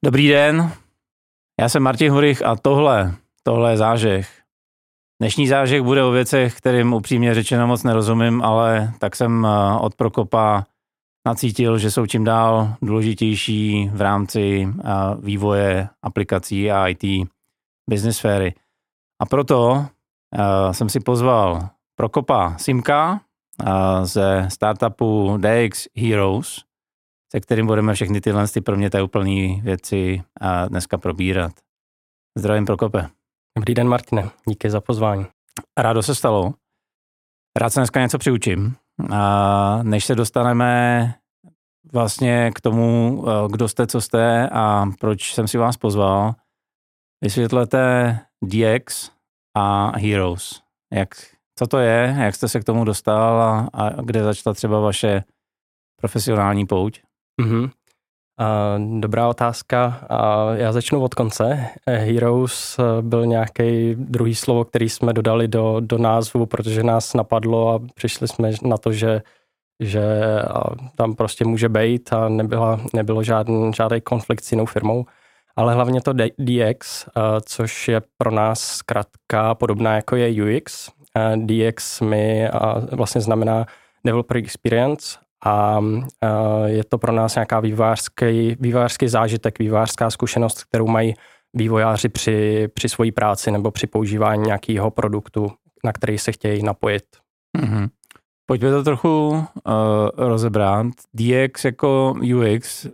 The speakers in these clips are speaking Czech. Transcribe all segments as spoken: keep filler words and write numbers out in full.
Dobrý den, já jsem Martin Hurich a tohle, tohle je zážeh. Dnešní zážeh bude o věcech, kterým upřímně řečeno moc nerozumím, ale tak jsem od Prokopa nacítil, že jsou čím dál důležitější v rámci vývoje aplikací a í té business sféry. A proto jsem si pozval Prokopa Simka ze startupu D X Heroes, se kterým budeme všechny tyhle ty pro mě tajuplné věci dneska probírat. Zdravím, Prokope. Dobrý den, Martine. Díky za pozvání. Rádo se stalo. Rád se dneska něco přiučím. A než se dostaneme vlastně k tomu, kdo jste, co jste a proč jsem si vás pozval, vysvětlete D X a Heroes. Jak, co to je, jak jste se k tomu dostal a, a kde začala třeba vaše profesionální pouť? Mm-hmm. Uh, dobrá otázka. Uh, já začnu od konce. Heroes byl nějaký druhý slovo, který jsme dodali do, do názvu, protože nás napadlo a přišli jsme na to, že, že tam prostě může být a nebyla, nebylo žádný, žádný konflikt s jinou firmou. Ale hlavně to D X, uh, což je pro nás zkratka podobná jako je U X. Uh, D X mi uh, vlastně znamená Developer Experience a uh, je to pro nás nějaká vývojářský, vývojářský zážitek, vývojářská zkušenost, kterou mají vývojáři při, při své práci nebo při používání nějakého produktu, na který se chtějí napojit. Mm-hmm. Pojďme to trochu uh, rozebrat. D X jako U X,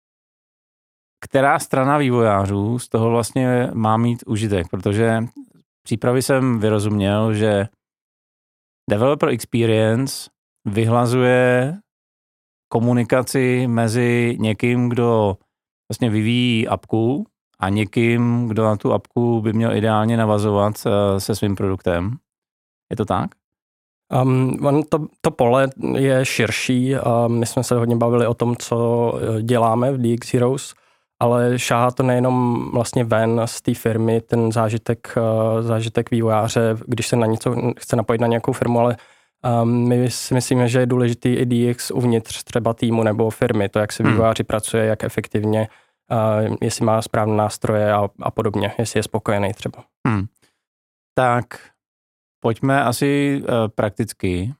která strana vývojářů z toho vlastně má mít užitek, protože v přípravě jsem vyrozuměl, že Developer Experience vyhlazuje komunikaci mezi někým, kdo vlastně vyvíjí apku a někým, kdo na tu apku by měl ideálně navazovat se svým produktem. Je to tak? Um, to, to pole je širší a my jsme se hodně bavili o tom, co děláme v D X Heroes, ale šáhá to nejenom vlastně ven z té firmy, ten zážitek, zážitek vývojáře, když se na něco chce napojit na nějakou firmu, ale Um, my si myslíme, že je důležitý i D X uvnitř třeba týmu nebo firmy, to, jak se vývojáři hmm. pracuje, jak efektivně, uh, jestli má správné nástroje a, a podobně, jestli je spokojený třeba. Hmm. Tak pojďme asi uh, prakticky.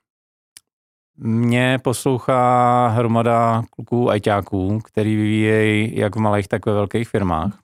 Mě poslouchá hromada kluků ajťáků, který vyvíjejí jak v malých, tak ve velkých firmách.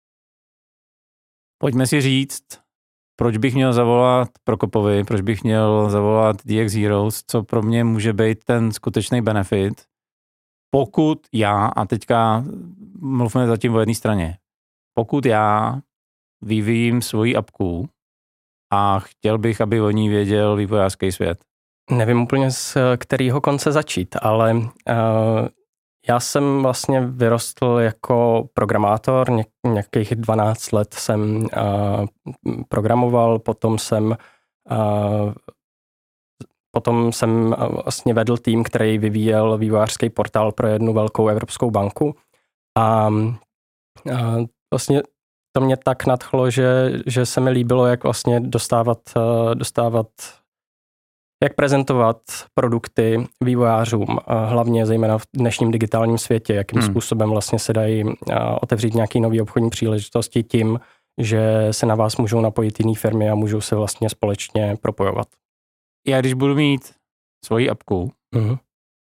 Pojďme si říct, proč bych měl zavolat Prokopovi, proč bych měl zavolat D X Heroes, co pro mě může být ten skutečný benefit, pokud já, a teďka mluvíme zatím o jedné straně, pokud já vyvíjím svoji apku a chtěl bych, aby o ní věděl vývojářský svět. Nevím úplně z kterého konce začít, ale uh, já jsem vlastně vyrostl jako programátor, ně, nějakých dvanáct let jsem uh, programoval, potom jsem uh, potom jsem vlastně vedl tým, který vyvíjel vývojářský portál pro jednu velkou evropskou banku a uh, vlastně to mě tak nadchlo, že, že se mi líbilo, jak vlastně dostávat, uh, dostávat jak prezentovat produkty vývojářům, hlavně zejména v dnešním digitálním světě, jakým hmm. způsobem vlastně se dají otevřít nějaké nové obchodní příležitosti tím, že se na vás můžou napojit jiné firmy a můžou se vlastně společně propojovat. Já když budu mít svoji apku hmm.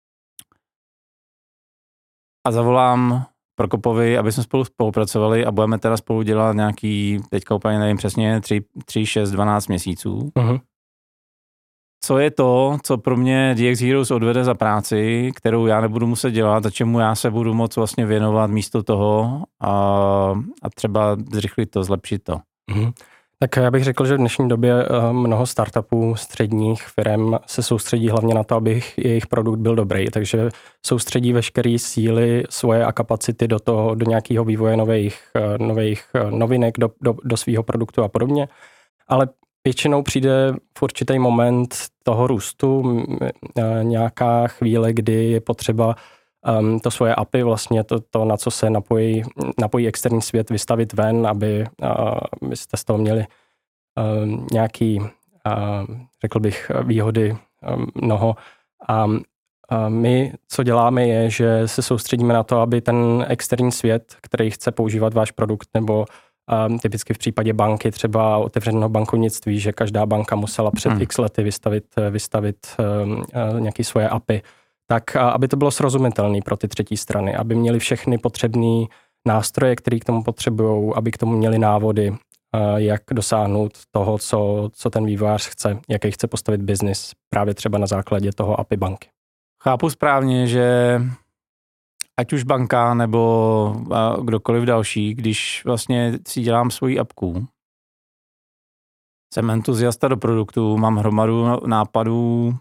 a zavolám Prokopovi, aby jsme spolu spolupracovali a budeme teda spolu dělat nějaký, teďka úplně nevím přesně, tři, šest, dvanáct měsíců, hmm. co je to, co pro mě D X Heroes odvede za práci, kterou já nebudu muset dělat a čemu já se budu moct vlastně věnovat místo toho a, a třeba zrychlit to, zlepšit to. Mm-hmm. Tak já bych řekl, že v dnešní době mnoho startupů, středních firm se soustředí hlavně na to, aby jejich produkt byl dobrý, takže soustředí veškeré síly, svoje a kapacity do toho, do nějakého vývoje nových, nových novinek, do, do, do svého produktu a podobně, ale většinou přijde v určitý moment toho růstu nějaká chvíle, kdy je potřeba um, to svoje A P I, vlastně to, to na co se napojí, napojí externí svět, vystavit ven, aby uh, byste z toho měli uh, nějaký, uh, řekl bych, výhody um, mnoho. A My, co děláme, je, že se soustředíme na to, aby ten externí svět, který chce používat váš produkt, nebo um, typicky v případě banky, třeba otevřeného bankovnictví, že každá banka musela před hmm. x lety vystavit, vystavit um, uh, nějaké svoje A P I, tak uh, aby to bylo srozumitelné pro ty třetí strany, aby měli všechny potřebné nástroje, které k tomu potřebují, aby k tomu měli návody, uh, jak dosáhnout toho, co, co ten vývojář chce, jaký chce postavit biznis, právě třeba na základě toho A P I banky. Chápu správně, že ať už banka nebo kdokoliv další, když vlastně si dělám svoji apku, jsem entuziasta do produktu, mám hromadu nápadů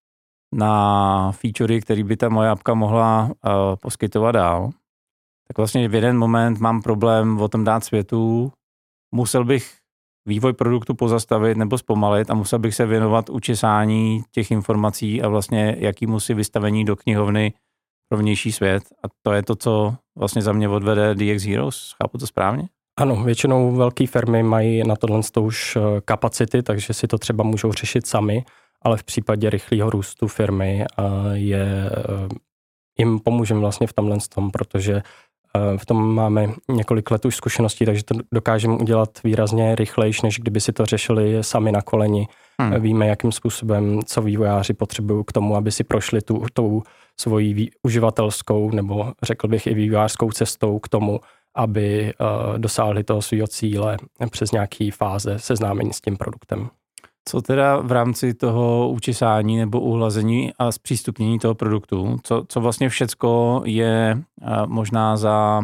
na featurey, který by ta moje apka mohla uh, poskytovat dál, tak vlastně v jeden moment mám problém o tom dát světu, musel bych vývoj produktu pozastavit nebo zpomalit a musel bych se věnovat učesání těch informací a vlastně jakýmu si vystavení do knihovny pro vnější svět. A to je to, co vlastně za mě odvede D X Heroes. Chápu to správně? Ano, většinou velké firmy mají na tohle už kapacity, takže si to třeba můžou řešit sami, ale v případě rychlého růstu firmy je, jim pomůžeme vlastně v tomhle tom, protože v tom máme několik let už zkušeností, takže to dokážeme udělat výrazně rychlejš, než kdyby si to řešili sami na koleni. Hmm. Víme, jakým způsobem, co vývojáři potřebují k tomu, aby si prošli tu, tou svojí uživatelskou nebo řekl bych i vývojářskou cestou k tomu, aby uh, dosáhli toho svého cíle přes nějaký fáze seznámení s tím produktem. Co teda v rámci toho učesání nebo uhlazení a zpřístupnění toho produktu, co, co vlastně všecko je uh, možná za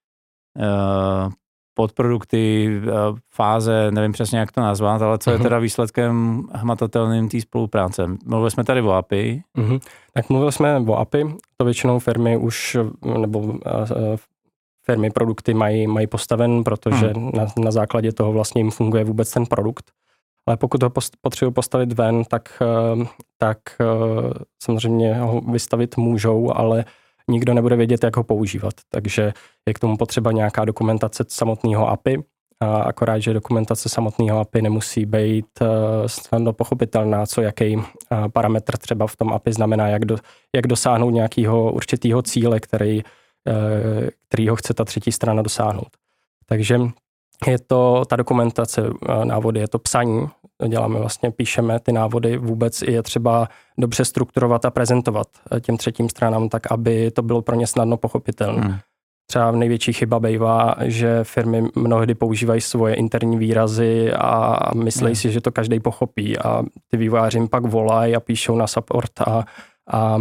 uh, podprodukty, uh, fáze, nevím přesně, jak to nazvat, ale co je teda výsledkem hmatatelným té spolupráce? Mluvili jsme tady o A P I. Uh-huh. Tak mluvili jsme o A P I, to většinou firmy už, nebo uh, firmy produkty mají, mají postaven, protože hmm. na, na základě toho vlastně jim funguje vůbec ten produkt. Ale pokud ho post, potřebují postavit ven, tak, tak samozřejmě ho vystavit můžou, ale nikdo nebude vědět, jak ho používat. Takže je k tomu potřeba nějaká dokumentace samotného A P I, a akorát, že dokumentace samotného A P I nemusí být snadno pochopitelná, co jaký parametr třeba v tom A P I znamená, jak, do, jak dosáhnout nějakého určitého cíle, který kterýho chce ta třetí strana dosáhnout. Takže je to ta dokumentace návody, je to psaní, děláme vlastně, píšeme ty návody, vůbec je třeba dobře strukturovat a prezentovat těm třetím stranám tak, aby to bylo pro ně snadno pochopitelné. Hmm. Třeba největší chyba bývá, že firmy mnohdy používají svoje interní výrazy a myslí hmm. si, že to každý pochopí a ty vývojáři jim pak volají a píšou na support a, a, a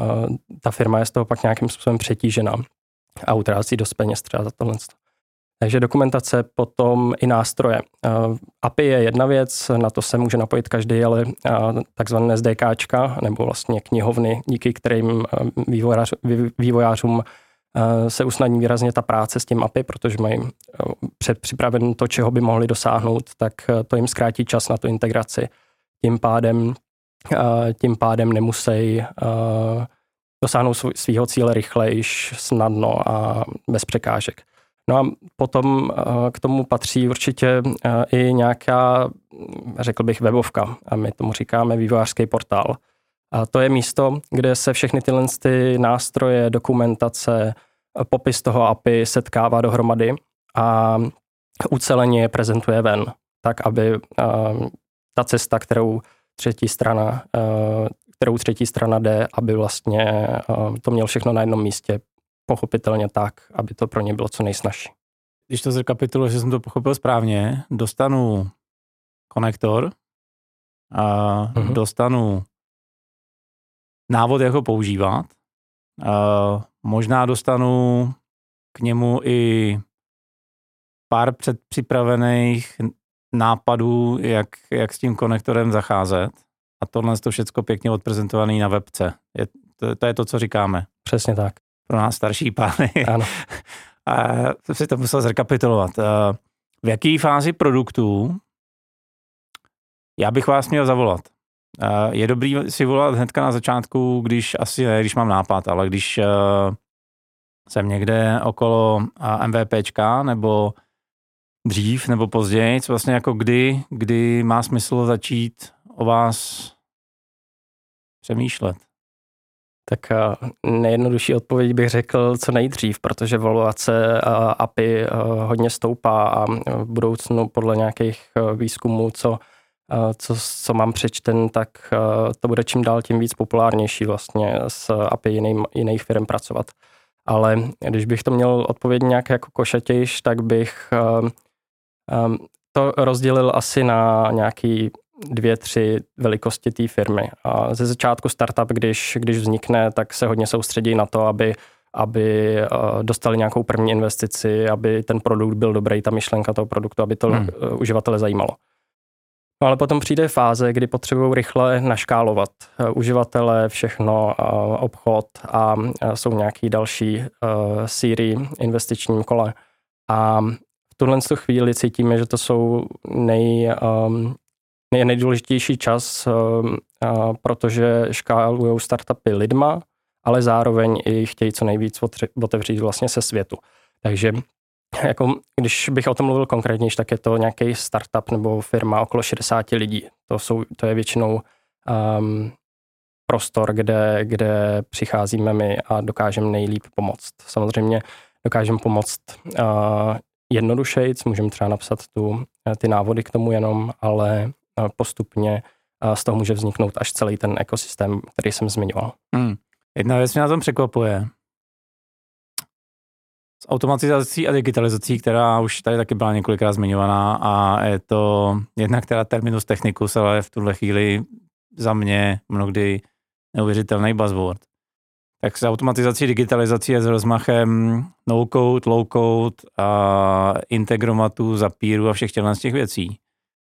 ta firma je z toho pak nějakým způsobem přetížená a utrácí dost peněz třeba za tohle. Takže dokumentace, potom i nástroje. A P I je jedna věc, na to se může napojit každý, ale takzvané SDKčka, nebo vlastně knihovny, díky kterým vývojář, vývojářům se usnadní výrazně ta práce s tím A P I, protože mají předpřipraven to, čeho by mohli dosáhnout, tak to jim zkrátí čas na tu integraci. Tím pádem, tím pádem nemusí dosáhnout svého cíle rychlejš, snadno a bez překážek. No a potom k tomu patří určitě i nějaká, řekl bych, webovka. A my tomu říkáme vývojářský portál. A to je místo, kde se všechny tyhle ty nástroje, dokumentace, popis toho A P I setkává dohromady a uceleně je prezentuje ven. Tak, aby ta cesta, kterou třetí strana, kterou třetí strana jde, aby vlastně to měl všechno na jednom místě, pochopitelně tak, aby to pro ně bylo co nejsnažší. Když to zrekapituluji, že jsem to pochopil správně, dostanu konektor a uh-huh. dostanu návod, jak ho používat. A možná dostanu k němu i pár předpřipravených nápadů, jak, jak s tím konektorem zacházet. A tohle je to všechno pěkně odprezentované na webce. Je, to, to je to, co říkáme. Přesně tak. Pro nás starší pány. Ano. A jsem si to musel zrekapitulovat. V jaké fázi produktů já bych vás měl zavolat? Je dobrý si volat hnedka na začátku, když asi ne, když mám nápad, ale když jsem někde okolo MVPčka nebo dřív nebo později, vlastně jako kdy, kdy má smysl začít o vás přemýšlet? Tak nejjednodušší odpověď bych řekl co nejdřív, protože valuace A P I hodně stoupá a v budoucnu podle nějakých výzkumů, co, co, co mám přečten, tak to bude čím dál tím víc populárnější vlastně s A P I jiným, jiných firm pracovat. Ale když bych to měl odpovědět nějak jako košatějš, tak bych to rozdělil asi na nějaký dvě, tři velikosti té firmy. A ze začátku startup, když, když vznikne, tak se hodně soustředí na to, aby, aby dostali nějakou první investici, aby ten produkt byl dobrý, ta myšlenka toho produktu, aby to hmm. uživatele zajímalo. No ale potom přijde fáze, kdy potřebují rychle naškálovat uživatele, všechno, obchod a jsou nějaký další série investičním kole. A v tuhle chvíli cítíme, že to jsou nej... je nejdůležitější čas, protože škálují startupy lidma, ale zároveň i chtějí co nejvíc otevřít vlastně se světu. Takže jako, když bych o tom mluvil konkrétněji, tak je to nějaký startup nebo firma okolo šedesát lidí. To, jsou, to je většinou um, prostor, kde, kde přicházíme my a dokážeme nejlíp pomoct. Samozřejmě dokážeme pomoct uh, jednodušejc, můžeme třeba napsat tu, ty návody k tomu jenom, ale postupně z toho může vzniknout až celý ten ekosystém, který jsem zmiňoval. Hmm. Jedna věc mě na tom překvapuje. S automatizací a digitalizací, která už tady taky byla několikrát zmiňovaná a je to jedna, která terminus technicus, ale v tuhle chvíli za mě mnohdy neuvěřitelný buzzword. Tak s automatizací, digitalizací je s rozmachem no-code, low-code a integromatů, zapíru a všech z těch věcí.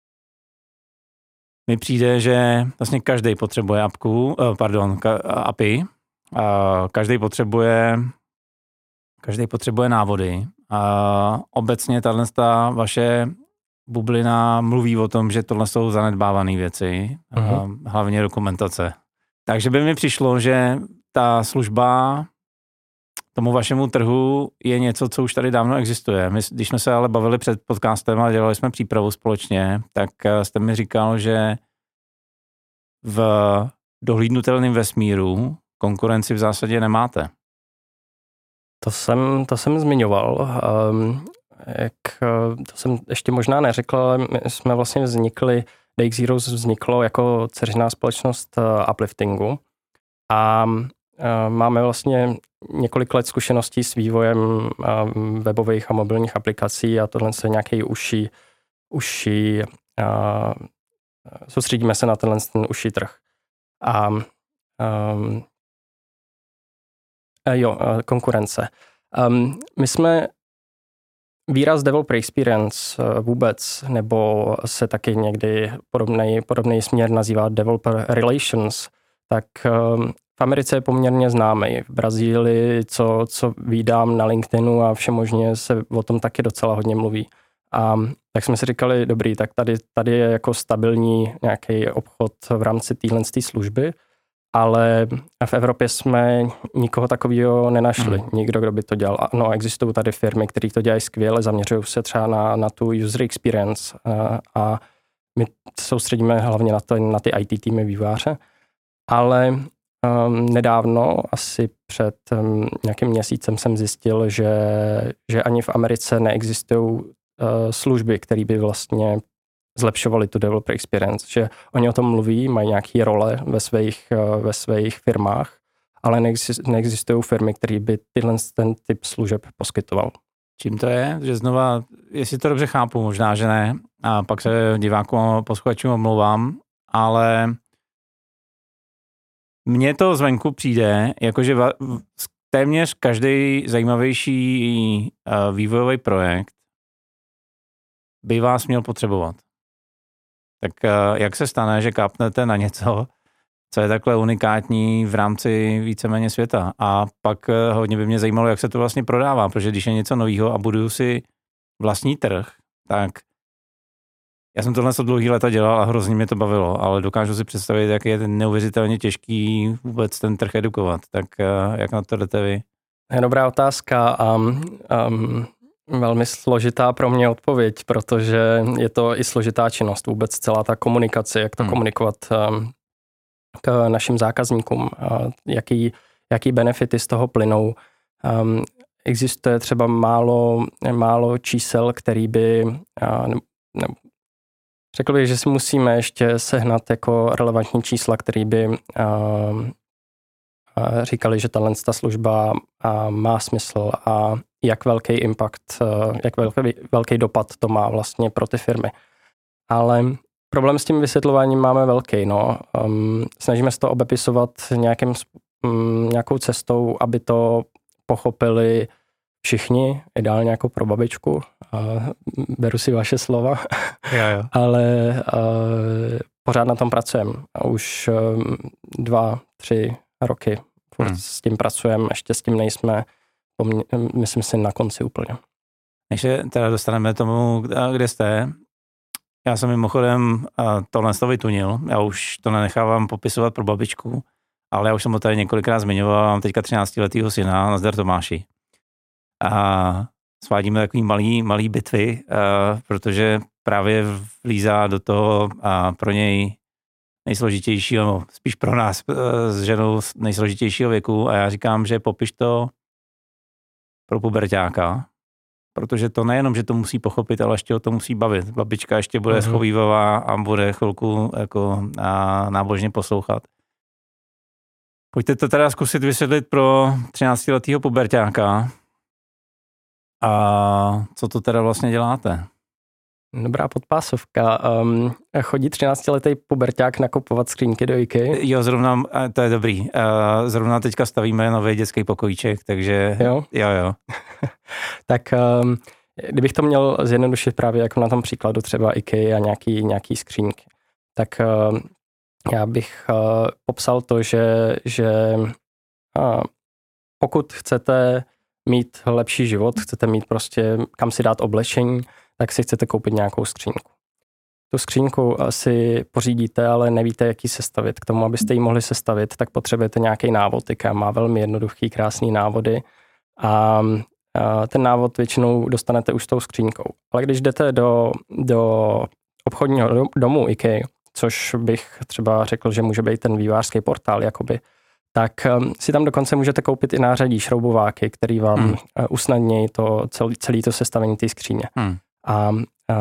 Mi přijde, že vlastně každý potřebuje apku, pardon, A P I, každý potřebuje, každý potřebuje návody. A obecně tahle vaše bublina mluví o tom, že tohle jsou zanedbávané věci, uh-huh. hlavně dokumentace. Takže by mi přišlo, že ta služba tomu vašemu trhu je něco, co už tady dávno existuje. My, když jsme se ale bavili před podcastem a dělali jsme přípravu společně, tak jste mi říkal, že v dohlídnutelném vesmíru konkurenci v zásadě nemáte. To jsem, to jsem zmiňoval. Um, jak, to jsem ještě možná neřekl, ale my jsme vlastně vznikli, D X Heroes vzniklo jako dceřiná společnost Upliftingu a máme vlastně několik let zkušeností s vývojem webových a mobilních aplikací a tohle je nějaký užší, užší soustředíme se na tenhle ten užší trh. A um, jo, konkurence. Um, my jsme výraz developer experience vůbec, nebo se taky někdy podobný, podobný směr nazývá developer relations, tak um, v Americe je poměrně známý. V Brazílii, co, co vídám na LinkedInu a všemožně se o tom taky docela hodně mluví. A tak jsme si říkali, dobrý, tak tady, tady je jako stabilní nějaký obchod v rámci téhle služby, ale v Evropě jsme nikoho takového nenašli. Hmm. Nikdo, kdo by to dělal. No, existují tady firmy, které to dělají skvěle, zaměřují se třeba na, na tu user experience a, a my soustředíme hlavně na, to, na ty I T týmy vývojáře, ale um, nedávno, asi před um, nějakým měsícem jsem zjistil, že, že ani v Americe neexistují služby, které by vlastně zlepšovaly tu developer experience, že oni o tom mluví, mají nějaké role ve svých, ve svých firmách, ale neexistují firmy, které by tyhle ten typ služeb poskytoval. Čím to je? Že znova, jestli to dobře chápu, možná, že ne, a pak se divákům a posluchačům omlouvám, ale mně to zvenku přijde, jakože téměř každý zajímavější vývojový projekt by vás měl potřebovat. Tak jak se stane, že kápnete na něco, co je takhle unikátní v rámci víceméně světa? A pak hodně by mě zajímalo, jak se to vlastně prodává, protože když je něco novýho a buduju si vlastní trh, tak já jsem tohle dlouhý léta dělal a hrozně mě to bavilo, ale dokážu si představit, jak je neuvěřitelně těžký vůbec ten trh edukovat. Tak jak na to jdete vy? Je dobrá otázka. Um, um... Velmi složitá pro mě odpověď, protože je to i složitá činnost, vůbec celá ta komunikace, jak to hmm. komunikovat k našim zákazníkům, jaký, jaký benefity z toho plynou. Um, existuje třeba málo, málo čísel, který by, uh, ne, ne, řekl bych, že si musíme ještě sehnat jako relevantní čísla, který by uh, uh, říkali, že tahle služba uh, má smysl a jak velký impact, uh, jak velký, velký dopad to má vlastně pro ty firmy. Ale problém s tím vysvětlováním máme velký. No. Um, snažíme se to obepisovat nějakým, um, nějakou cestou, aby to pochopili všichni, ideálně jako pro babičku. Uh, beru si vaše slova. Jo, jo. Ale uh, pořád na tom pracujeme. A už um, dva, tři roky furt hmm. s tím pracujeme, ještě s tím nejsme, pomně, myslím si, na konci úplně. Než se teda dostaneme tomu, kde jste, já jsem mimochodem tohle to vytunil, já už to nenechávám popisovat pro babičku, ale já už jsem to tady několikrát zmiňoval, mám teďka třináctiletýho syna, nazdar Tomáši. A svádíme takový malý, malý bitvy, protože právě vlízá do toho a pro něj nejsložitějšího, no, spíš pro nás s ženou nejsložitějšího věku a já říkám, že popiš to pro puberťáka, protože to nejenom, že to musí pochopit, ale ještě o to musí bavit. Babička ještě bude uh-huh. schovívavá a bude chvilku jako a nábožně poslouchat. Pojďte to teda zkusit vysvětlit pro třináctiletýho puberťáka. A co to teda vlastně děláte? Dobrá podpásovka. Um, chodí třináctiletý puberťák nakupovat skřínky do IKEA? Jo, zrovna, to je dobrý. Uh, zrovna teďka stavíme nový dětský pokojíček, takže jo, jo. jo. Tak um, kdybych to měl zjednodušit právě jako na tom příkladu třeba IKEA a nějaký, nějaký skřínky, tak uh, já bych uh, popsal to, že, že uh, pokud chcete mít lepší život, chcete mít prostě kam si dát oblečení, tak si chcete koupit nějakou skřínku. Tu skřínku si pořídíte, ale nevíte, jak ji sestavit. K tomu, abyste ji mohli sestavit, tak potřebujete nějaký návod. IKEA má velmi jednoduchý, krásný návody a ten návod většinou dostanete už s tou skřínkou. Ale když jdete do, do obchodního domu IKEA, což bych třeba řekl, že může být ten vývojářský portál, jakoby, tak si tam dokonce můžete koupit i nářadí, šroubováky, který vám hmm. usnadní to celý, celý to sestavení té skříně. Hmm. A, a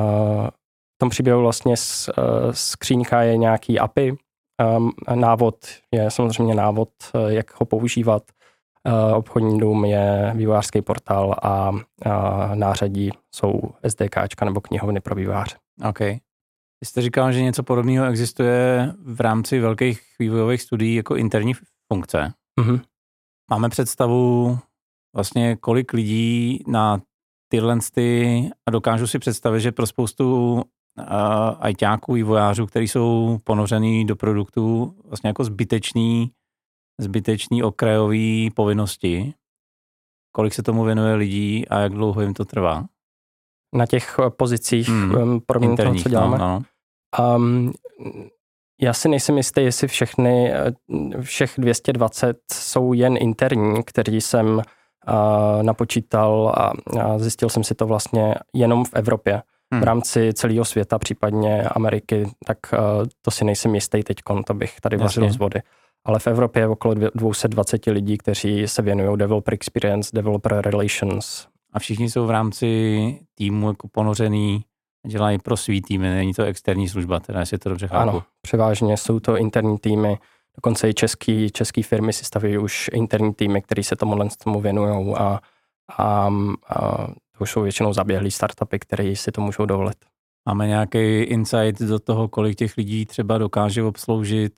v tom příběhu vlastně skřínka je nějaký A P I, a návod je samozřejmě návod, jak ho používat. Obchodní dům je vývojářský portál a, a nářadí jsou SDKčka nebo knihovny pro vývojáře. OK. Vy jste říkal, že něco podobného existuje v rámci velkých vývojových studií jako interní funkce. Mm-hmm. Máme představu vlastně, kolik lidí na tyhle ty, a dokážu si představit, že pro spoustu uh, ajťáků, vývojářů, kteří jsou ponořený do produktů vlastně jako zbytečný, zbytečný okrajový povinnosti, kolik se tomu věnuje lidí a jak dlouho jim to trvá? Na těch pozicích, hmm, pro mě toho, co děláme? No, no. Um, já si nejsem jistý, jestli všechny, všech dvě stě dvacet jsou jen interní, který jsem uh, napočítal a, a zjistil jsem si to vlastně jenom v Evropě. Hmm. V rámci celého světa, případně Ameriky, tak uh, to si nejsem jistý teďkon, to bych tady vařil z vody. Ale v Evropě je okolo dvě stě dvacet lidí, kteří se věnují developer experience, developer relations. A všichni jsou v rámci týmu jako ponořený, dělají pro svý týmy, není to externí služba, teda jestli to dobře chápu. Ano, převážně jsou to interní týmy, dokonce i český, český firmy si staví už interní týmy, který se tomu, tomu věnují a, a, a to už jsou většinou zaběhlí startupy, které si to můžou dovolit. Máme nějaký insight do toho, kolik těch lidí třeba dokáže obsloužit,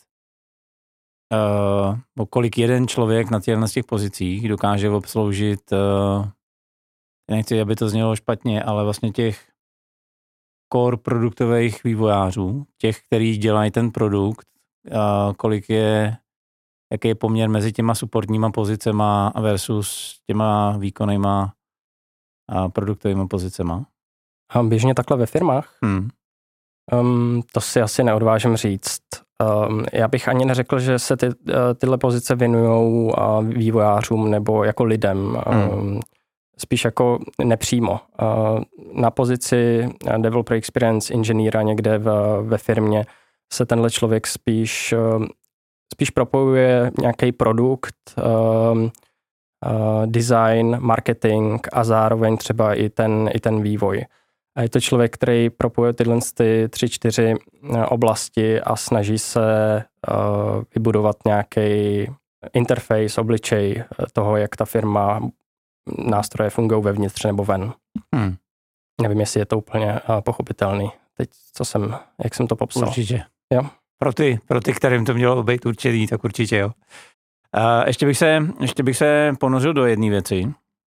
uh, kolik jeden člověk na těchto těch pozicích dokáže obsloužit, uh, nechci, aby to znělo špatně, ale vlastně těch core produktových vývojářů, těch, kteří dělají ten produkt, uh, kolik je, jaký je poměr mezi těma supportníma pozicema versus těma výkonnýma a produktovými pozicema? A běžně takhle ve firmách? Hmm. Um, to si asi neodvážím říct. Um, já bych ani neřekl, že se ty, uh, tyhle pozice věnují uh, vývojářům nebo jako lidem. Hmm. Um, spíš jako nepřímo. Uh, na pozici developer experience inženýra někde v, ve firmě se tenhle člověk spíš uh, spíš propojuje nějaký produkt, um, uh, design, marketing a zároveň třeba i ten, i ten vývoj. A je to člověk, který propojuje tyhle ty tři, čtyři oblasti a snaží se uh, vybudovat nějaký interface, obličej toho, jak ta firma, nástroje fungují vevnitř nebo ven. Hmm. Nevím, jestli je to úplně uh, pochopitelný. Teď, co jsem, jak jsem to popsal. Určitě. Jo. Pro ty, pro ty, kterým to mělo být určitý, tak určitě jo. Uh, ještě, bych se, ještě bych se ponořil do jedné věci.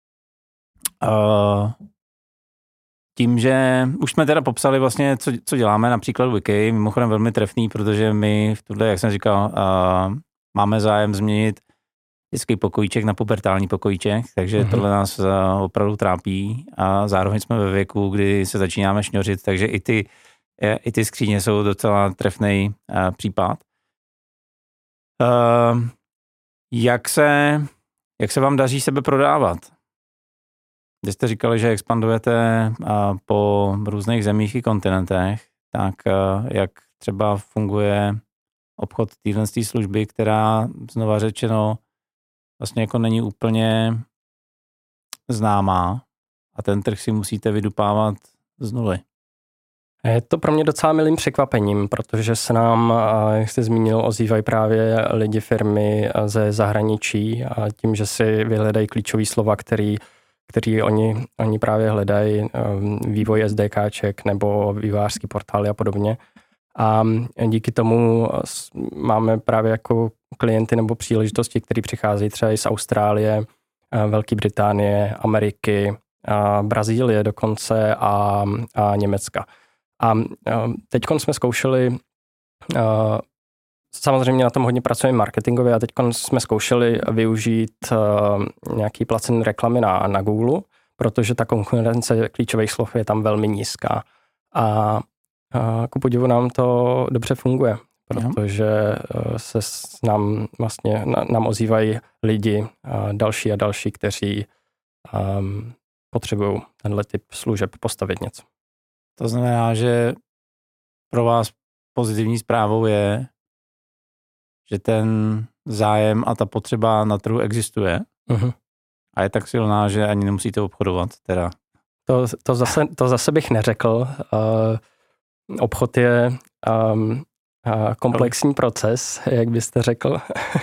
Uh, tím, že už jsme teda popsali vlastně, co, co děláme, například Wiki, mimochodem velmi trefný, protože my v tuhle, jak jsem říkal, uh, máme zájem změnit dětský pokojíček na pubertální pokojíček, takže mm-hmm. tohle nás uh, opravdu trápí a zároveň jsme ve věku, kdy se začínáme šňořit, takže i ty, i ty skříně jsou docela trefný uh, případ. Uh, jak, se, jak se vám daří sebe prodávat? Když jste říkali, že expandujete uh, po různých zemích i kontinentech, tak uh, jak třeba funguje obchod téhle služby, která znova řečeno vlastně jako není úplně známá a ten trh si musíte vydupávat z nuly. Je to pro mě docela milým překvapením, protože se nám, jak jste zmínil, ozývají právě lidi firmy ze zahraničí a tím, že si vyhledají klíčové slova, který, který oni, oni právě hledají, vývoj SDKček nebo vývojářský portály a podobně. A díky tomu máme právě jako klienty nebo příležitosti, které přicházejí třeba i z Austrálie, Velké Británie, Ameriky, Brazílie dokonce a, a Německa. A teď jsme zkoušeli, samozřejmě na tom hodně pracujeme marketingově, a teď jsme zkoušeli využít nějaký placený reklamy na, na Google, protože ta konkurence klíčových slov je tam velmi nízká. A ku podivu nám to dobře funguje, protože se s nám vlastně nám ozývají lidi další a další, kteří um, potřebují tenhle typ služeb postavit něco. To znamená, že pro vás pozitivní zprávou je, že ten zájem a ta potřeba na trhu existuje uh-huh. a je tak silná, že ani nemusíte obchodovat. Teda. To, to, zase, to zase bych neřekl. Uh, obchod je um, uh, komplexní proces, jak byste řekl.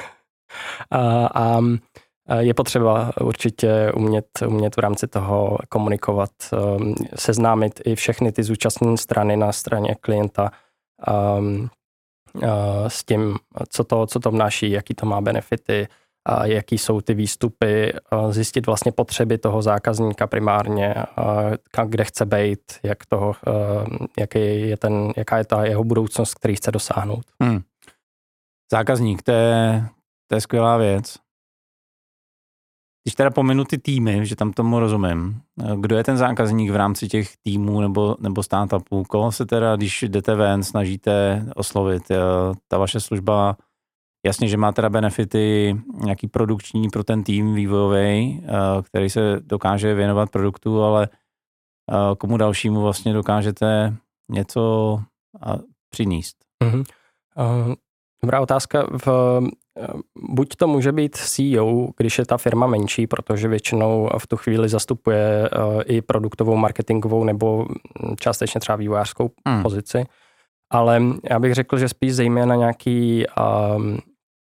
a, a je potřeba určitě umět, umět v rámci toho komunikovat, um, seznámit i všechny ty zúčastněné strany na straně klienta um, uh, s tím, co to, co to vnáší, jaký to má benefity, a jaký jsou ty výstupy, uh, zjistit vlastně potřeby toho zákazníka primárně, uh, kde chce být, jak toho, uh, jaký je ten, jaká je ta jeho budoucnost, který chce dosáhnout. Hmm. Zákazník, to je, to je skvělá věc. Když teda pominu ty týmy, že tam tomu rozumím, kdo je ten zákazník v rámci těch týmů nebo, nebo startupů, koho se teda, když jdete ven, snažíte oslovit, ta vaše služba, jasně, že má teda benefity nějaký produkční pro ten tým vývojový, který se dokáže věnovat produktu, ale komu dalšímu vlastně dokážete něco přinést? Mm-hmm. Uh, dobrá otázka. V Buď to může být C E O, když je ta firma menší, protože většinou v tu chvíli zastupuje i produktovou, marketingovou nebo částečně třeba vývojářskou hmm. pozici. Ale já bych řekl, že spíš zejména nějaký uh, uh,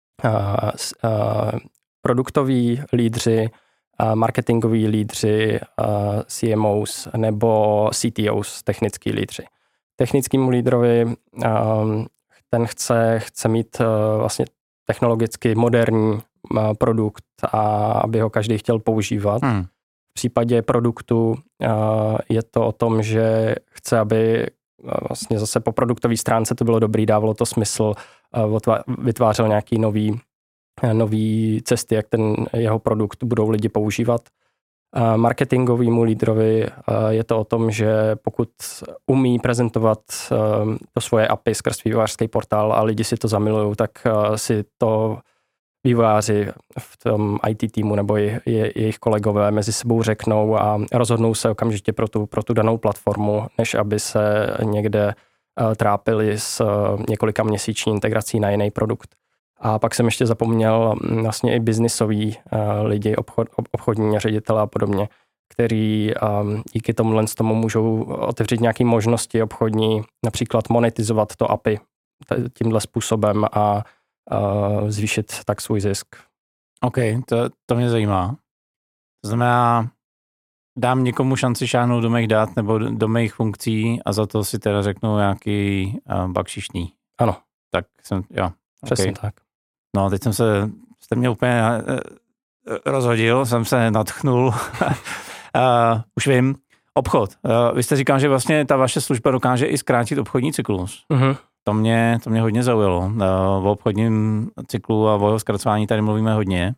uh, produktoví lídři, uh, marketingoví lídři, uh, C M Os nebo C T Os, technický lídři. Technickému lídrovi uh, ten chce, chce mít uh, vlastně technologicky moderní uh, produkt a aby ho každý chtěl používat. Hmm. V případě produktu uh, je to o tom, že chce, aby uh, vlastně zase po produktové stránce to bylo dobrý, dávalo to smysl, uh, vytvářel nějaký nový, uh, nový cesty, jak ten jeho produkt budou lidi používat. Uh, marketingovýmu lídrovi uh, je to o tom, že pokud umí prezentovat uh, to svoje A P I skrz vývojářský portál a lidi si to zamilují, tak uh, si to vývojáři v tom I T týmu nebo je, je, jejich kolegové mezi sebou řeknou a rozhodnou se okamžitě pro tu, pro tu danou platformu, než aby se někde uh, trápili s uh, několika měsíční integrací na jiný produkt. A pak jsem ještě zapomněl vlastně i biznisový lidi, obchod, obchodní ředitele a podobně, kteří díky tomuhle z tomu můžou otevřít nějaké možnosti obchodní, například monetizovat to A P I tímhle způsobem a zvýšit tak svůj zisk. OK, to, to mě zajímá. To znamená, dám někomu šanci šáhnout do mých dat nebo do, do mých funkcí a za to si teda řeknu nějaký uh, bakšišný. Ano. Tak jsem, jo. Přesně okay. tak. No, teď jsem se, jste mě úplně uh, rozhodil, jsem se nadchnul. uh, už vím. Obchod. Uh, vy jste říkal, že vlastně ta vaše služba dokáže i zkrátit obchodní cyklus. Uh-huh. To mě, to mě hodně zaujalo. Uh, o obchodním cyklu a o jeho zkracování tady mluvíme hodně.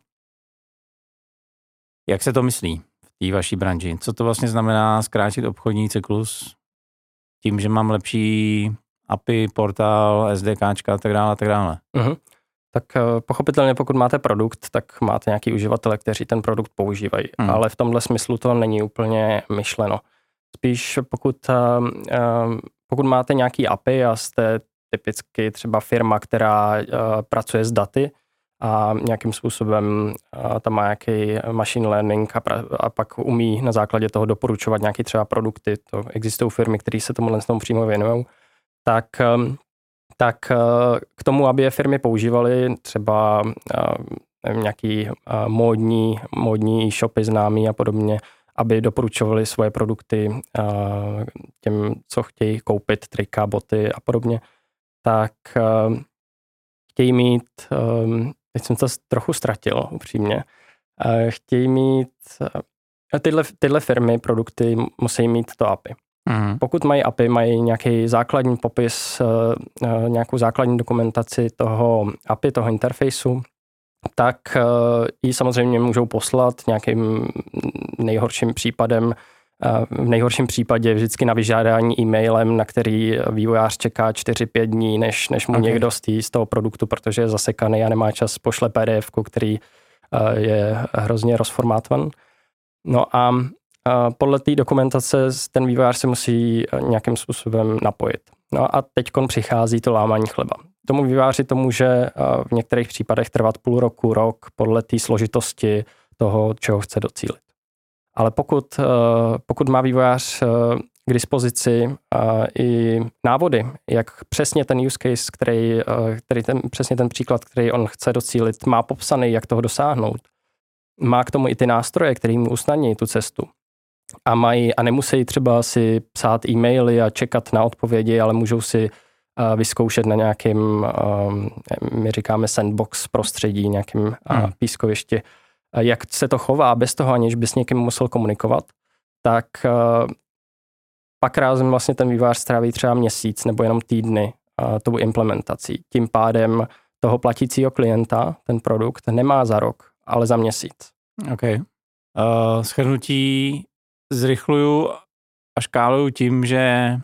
Jak se to myslí v té vaší branži? Co to vlastně znamená zkrátit obchodní cyklus tím, že mám lepší A P I, portál, SDKčka a tak dále a tak dále? Uh-huh. Tak pochopitelně, pokud máte produkt, tak máte nějaký uživatele, kteří ten produkt používají. Hmm. Ale v tomhle smyslu to není úplně myšleno. Spíš pokud, pokud máte nějaký A P I a jste typicky třeba firma, která pracuje s daty a nějakým způsobem tam má nějaký machine learning a, pra, a pak umí na základě toho doporučovat nějaké třeba produkty, to existují firmy, které se tomu tomu přímo věnují, tak tak k tomu, aby je firmy používaly, třeba nevím, nějaký módní, módní e-shopy známý a podobně, aby doporučovali svoje produkty těm, co chtějí koupit, trika, boty a podobně, tak chtějí mít, teď jsem to trochu ztratil upřímně, chtějí mít, tyhle, tyhle firmy, produkty musí mít to A P I. Mm. Pokud mají A P I, mají nějaký základní popis, nějakou základní dokumentaci toho A P I, toho interfejsu, tak ji samozřejmě můžou poslat nějakým nejhorším případem. V nejhorším případě vždycky na vyžádání e-mailem, na který vývojář čeká čtyři pět dní, než, než mu okay. někdo z toho produktu, protože je zasekaný a nemá čas, pošle P D F, který je hrozně rozformátovaný. No a podle té dokumentace ten vývojář se musí nějakým způsobem napojit. No a teďkon přichází to lámání chleba. Tomu vývojáři to může v některých případech trvat půl roku, rok, podle té složitosti toho, čeho chce docílit. Ale pokud, pokud má vývojář k dispozici i návody, jak přesně ten use case, který, který ten, přesně ten příklad, který on chce docílit, má popsaný, jak toho dosáhnout, má k tomu i ty nástroje, který mu usnadní tu cestu, a mají a nemusí třeba si psát e-maily a čekat na odpovědi, ale můžou si uh, vyzkoušet na nějakým, um, my říkáme sandbox prostředí, nějakým uh, hmm. pískovišti, uh, jak se to chová bez toho, aniž by s někým musel komunikovat, tak uh, pak rázem vlastně ten vývojář stráví třeba měsíc nebo jenom týdny uh, tou implementací. Tím pádem toho platícího klienta ten produkt nemá za rok, ale za měsíc. OK. Uh, shrnutí zrychluju a škáluju tím, že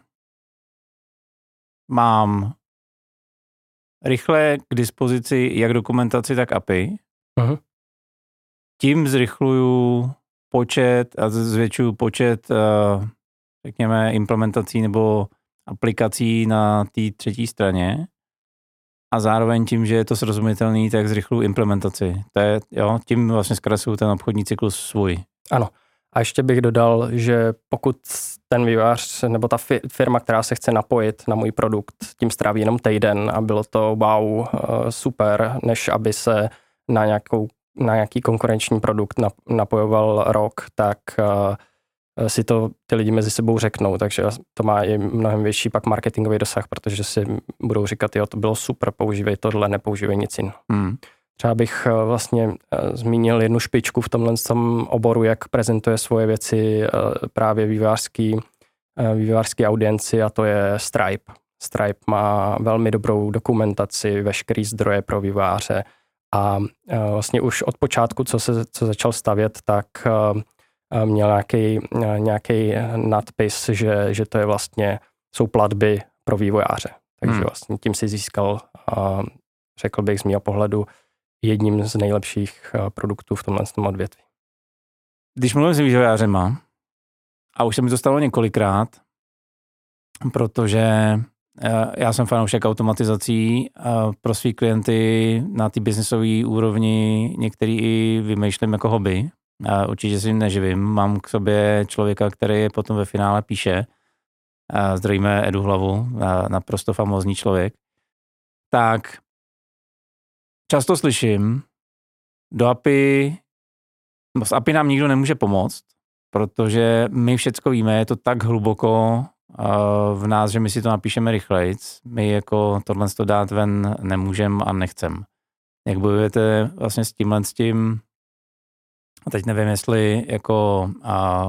mám rychle k dispozici jak dokumentaci, tak A P I. Uh-huh. Tím zrychluju počet a zvětšuju počet, řekněme, implementací nebo aplikací na té třetí straně. A zároveň tím, že je to srozumitelný, tak zrychluju implementaci. To je, jo, tím vlastně zkracuju ten obchodní cyklus svůj. Ano. A ještě bych dodal, že pokud ten vývojář nebo ta firma, která se chce napojit na můj produkt, tím stráví jenom týden a bylo to wow, super, než aby se na, nějakou, na nějaký konkurenční produkt napojoval rok, tak si to ty lidi mezi sebou řeknou, takže to má i mnohem větší pak marketingový dosah, protože si budou říkat, jo, to bylo super, používej tohle, nepoužívej nic jiného. Hmm. Třeba bych vlastně zmínil jednu špičku v tomhle tom oboru, jak prezentuje svoje věci právě vývojářský, vývojářský audienci, a to je Stripe. Stripe má velmi dobrou dokumentaci, veškerý zdroje pro vývojáře a vlastně už od počátku, co se co začal stavět, tak měl nějaký, nějaký nadpis, že, že to je vlastně, jsou platby pro vývojáře. Takže hmm. vlastně tím si získal, řekl bych z mého pohledu, jedním z nejlepších produktů v tomhle odvětví. Když mluvím s vývojářema, a už se mi to stalo několikrát, protože já jsem fanoušek automatizací pro svý klienty na té businessové úrovni, některý i vymýšlím jako hobby. Určitě si neživím. Mám k sobě člověka, který potom ve finále píše. Zdravíme Edu Hlavu, naprosto famózní člověk. Tak často slyším, do A P I, z A P I nám nikdo nemůže pomoct, protože my všecko víme, je to tak hluboko v nás, že my si to napíšeme rychlejc. My jako tohle to dát ven nemůžeme a nechcem. Jak bojujete vlastně s tímhle s tím, a teď nevím, jestli jako a,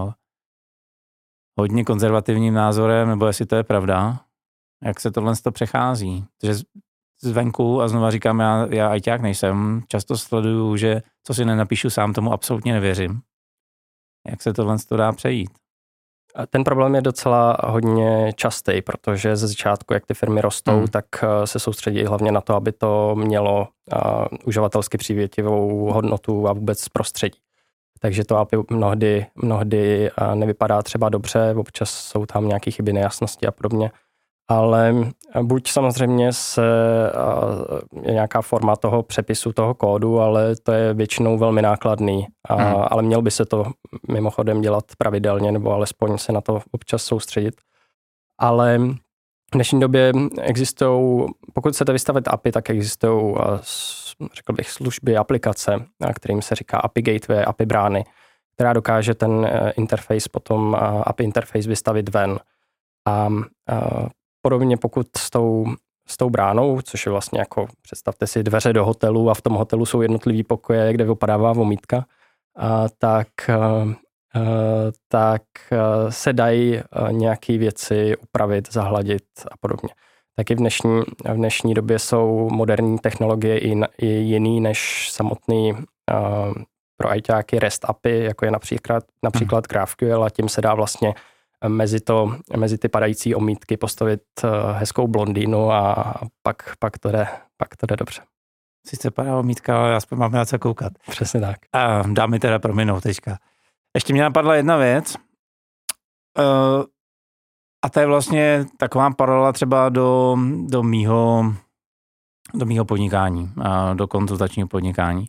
hodně konzervativním názorem, nebo jestli to je pravda, jak se tohle to přechází. Takže zvenku, a znova říkám, já, já ajťák nejsem, často sleduju, že co si nenapíšu sám, tomu absolutně nevěřím. Jak se tohle to dá přejít? Ten problém je docela hodně častý, protože ze začátku, jak ty firmy rostou, hmm. tak se soustředí hlavně na to, aby to mělo uh, uživatelsky přívětivou hodnotu a vůbec prostředí. Takže to A P I mnohdy, mnohdy uh, nevypadá třeba dobře, občas jsou tam nějaké chyby, nejasnosti a podobně. Ale buď samozřejmě se, uh, je nějaká forma toho přepisu toho kódu, ale to je většinou velmi nákladný. A, hmm. Ale měl by se to mimochodem dělat pravidelně, nebo alespoň se na to občas soustředit. Ale v dnešní době existují, pokud chcete vystavit A P I, tak existují, řekl bych, služby, aplikace, kterým se říká A P I Gateway, A P I brány, která dokáže ten interface potom, A P I interface vystavit ven. A, a podobně pokud s tou, s tou bránou, což je vlastně jako, představte si dveře do hotelu a v tom hotelu jsou jednotlivý pokoje, kde vypadává vomítka, a tak, a, a, tak se dají nějaké věci upravit, zahladit a podobně. Taky v dnešní, v dnešní době jsou moderní technologie i, i jiný než samotný a, pro ajťáky REST A P I, jako je například, například GraphQL, a tím se dá vlastně mezi, to, mezi ty padající omítky postavit hezkou blondýnu a pak, pak, to jde, pak to jde dobře. Sice padá omítka, ale aspoň máme na co koukat. Přesně tak. A dá mi teda prominou teďka. Ještě mě napadla jedna věc. Uh, a to je vlastně taková paralela třeba do, do mýho do mýho podnikání, uh, do konzultačního podnikání.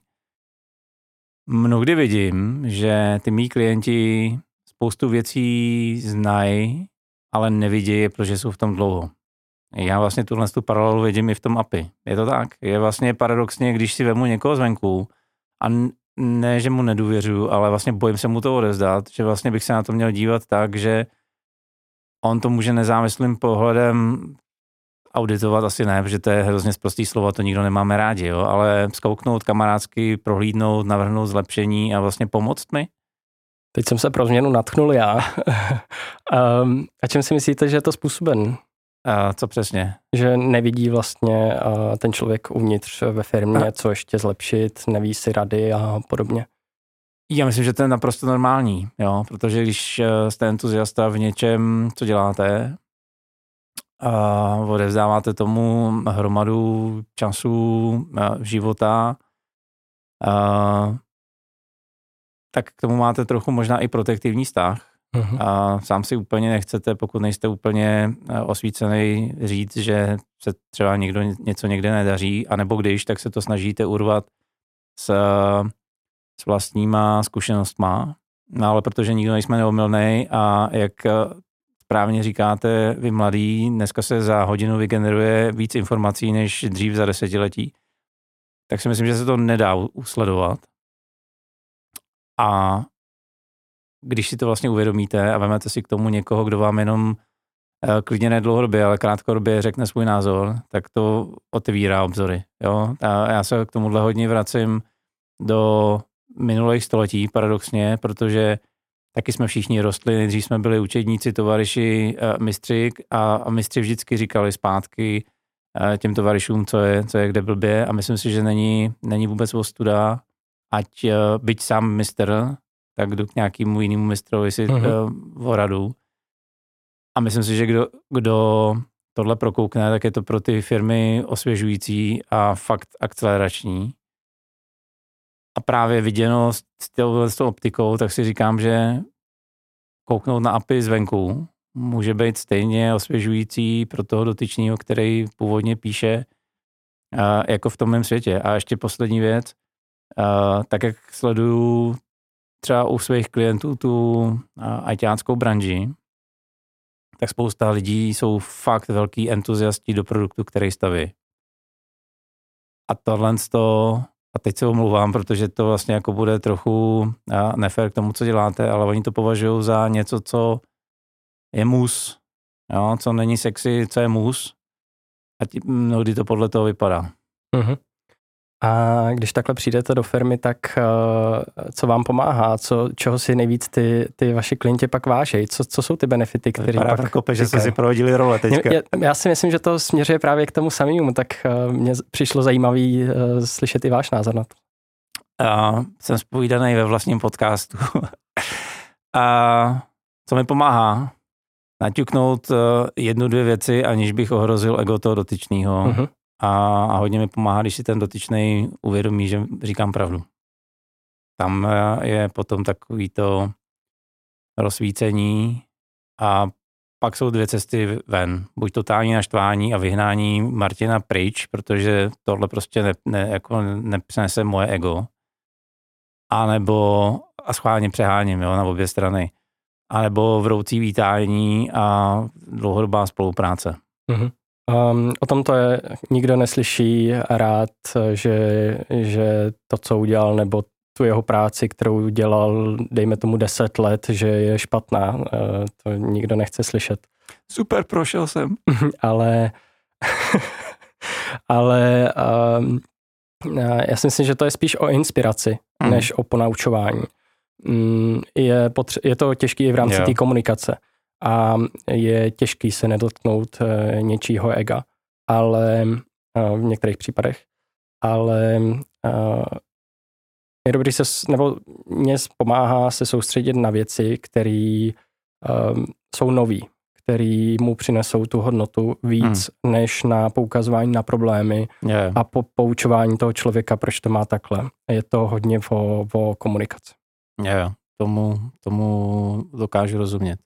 Mnohdy vidím, že ty mý klienti spoustu věcí znají, ale nevidí je, protože jsou v tom dlouho. Já vlastně tuhle tu paralelu vidím i v tom A P I. Je to tak? Je vlastně paradoxně, když si vemu někoho zvenku a ne, že mu nedůvěřuju, ale vlastně bojím se mu to odevzdat, že vlastně bych se na to měl dívat tak, že on to může nezávislým pohledem auditovat, asi ne, protože to je hrozně sprostý slovo, to nikdo nemáme rádi, jo? Ale zkouknout kamarádsky, prohlídnout, navrhnout zlepšení a vlastně pomoct mi. Teď jsem se pro změnu natchnul já. um, a čím si myslíte, že je to způsoben? A co přesně? Že nevidí vlastně uh, ten člověk uvnitř ve firmě, a... co ještě zlepšit, neví si rady a podobně. Já myslím, že to je naprosto normální, jo, protože když jste entuziasta v něčem, co děláte, a odevzdáváte tomu hromadu času, života, a tak k tomu máte trochu možná i protektivní vztah. Uh-huh. A sám si úplně nechcete, pokud nejste úplně osvícený, říct, že se třeba někdo něco někde nedaří, anebo když, tak se to snažíte urvat s, s vlastníma zkušenostma. No ale protože nikdo nejsme neomylnej a jak správně říkáte, vy mladí, dneska se za hodinu vygeneruje víc informací než dřív za desetiletí, tak si myslím, že se to nedá usledovat. A když si to vlastně uvědomíte a vezmete si k tomu někoho, kdo vám jenom klidně ne dlouhodobě, ale krátkodobě řekne svůj názor, tak to otevírá obzory. Jo? A já se k tomuhle hodně vracím do minulých století, paradoxně, protože taky jsme všichni rostli, nejdřív jsme byli učedníci, tovaryši, mistři a, a mistři vždycky říkali zpátky těm tovaryšům, co je, co je kde blbě, a myslím si, že není, není vůbec ostuda, ať byť sám mistr, tak jdu k nějakému jinému mistrovi si uh-huh. o radu. A myslím si, že kdo, kdo tohle prokoukne, tak je to pro ty firmy osvěžující a fakt akcelerační. A právě viděno s tou optikou, tak si říkám, že kouknout na A P I zvenku může být stejně osvěžující pro toho dotyčného, který původně píše, jako v tom mém světě. A ještě poslední věc, tak jak sleduju třeba u svých klientů tu ajťáckou branži, tak spousta lidí jsou fakt velký entuziasti do produktu, který staví. A tohle to, a teď se omlouvám, protože to vlastně jako bude trochu nefér k tomu, co děláte, ale oni to považují za něco, co je mus, jo, co není sexy, co je mus. A tí, mnohdy to podle toho vypadá. Uh-huh. A když takhle přijdete do firmy, tak uh, co vám pomáhá? Co, čeho si nejvíc ty, ty vaši klienti pak vážejí? Co, co jsou ty benefity, které pak... Vypadá kope, že jste si prohodili role teďka. Já, já si myslím, že to směřuje právě k tomu samému, tak uh, mně přišlo zajímavý uh, slyšet i váš názor na to. Uh, jsem zpovídaný ve vlastním podcastu. A co mi pomáhá? Naťuknout uh, jednu, dvě věci, aniž bych ohrozil ego toho dotyčného. Uh-huh. A, a hodně mi pomáhá, když si ten dotyčnej uvědomí, že říkám pravdu. Tam je potom takový to rozsvícení a pak jsou dvě cesty ven. Buď totální naštvání a vyhnání Martina pryč, protože tohle prostě ne, ne, jako nepřenese moje ego. A nebo a schválně přeháním, jo, na obě strany. A nebo vroucí vítání a dlouhodobá spolupráce. Mhm. Um, o tom to je, nikdo neslyší rád, že, že to, co udělal, nebo tu jeho práci, kterou dělal, dejme tomu deset let, že je špatná. Uh, to nikdo nechce slyšet. Super, prošel jsem. ale ale um, já si myslím, že to je spíš o inspiraci, mm. než o ponaučování. Um, je, potře- je to těžké i v rámci yeah. té komunikace. A je těžký se nedotknout e, něčího ega, ale e, v některých případech, ale e, je dobrý se, nebo mě pomáhá se soustředit na věci, které e, jsou nový, které mu přinesou tu hodnotu víc, hmm. než na poukazování na problémy yeah. a po, poučování toho člověka, proč to má takhle. Je to hodně o, o komunikaci. Yeah. Tomu, tomu dokážu rozumět.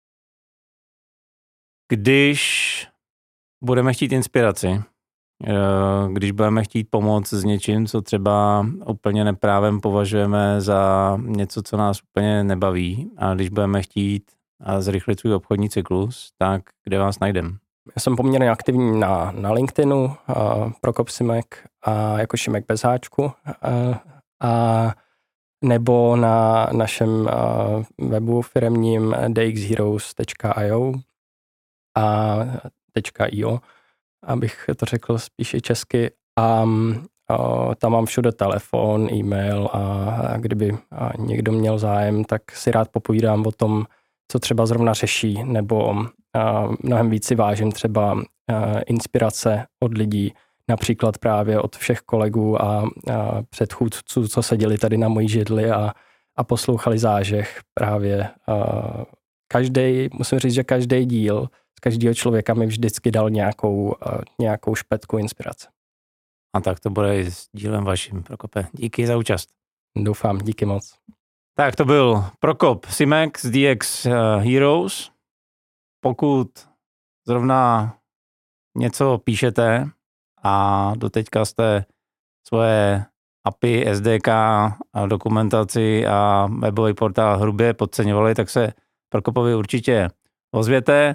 Když budeme chtít inspiraci, když budeme chtít pomoct s něčím, co třeba úplně neprávem považujeme za něco, co nás úplně nebaví, a když budeme chtít zrychlit svůj obchodní cyklus, tak kde vás najdeme? Já jsem poměrně aktivní na, na LinkedInu, Prokop Simek a jako Šimek bez háčku, a, a nebo na našem webu firemním d x heroes tečka i o a .io, abych to řekl spíš i česky. A, a tam mám všude telefon, e-mail a, a kdyby a někdo měl zájem, tak si rád popovídám o tom, co třeba zrovna řeší, nebo a, mnohem víc si vážím třeba a, inspirace od lidí, například právě od všech kolegů a, a předchůdců, co seděli tady na mojí židli a, a poslouchali zážeh právě. Každý, musím říct, že každý díl z každého člověka mi vždycky dal nějakou, nějakou špetku inspirace. A tak to bude i s dílem vaším, Prokope. Díky za účast. Doufám, díky moc. Tak to byl Prokop Simek z D X Heroes. Pokud zrovna něco píšete a doteďka jste svoje A P I, S D K, a dokumentaci a webový portál hrubě podceňovali, tak se Prokopovi určitě ozvěte.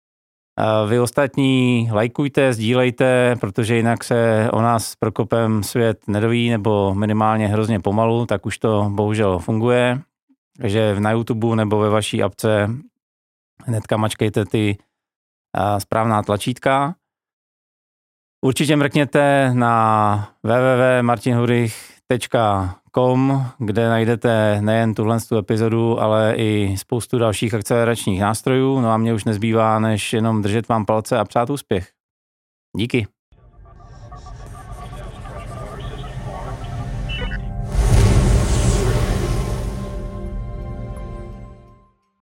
Vy ostatní lajkujte, sdílejte, protože jinak se o nás s Prokopem svět nedoví, nebo minimálně hrozně pomalu, tak už to bohužel funguje. Takže na YouTube nebo ve vaší apce hnedka mačkejte ty správná tlačítka. Určitě mrkněte na w w w tečka martin hurich tečka com, kde najdete nejen tuhle epizodu, ale i spoustu dalších akceleračních nástrojů. No a mě už nezbývá, než jenom držet vám palce a přát úspěch. Díky.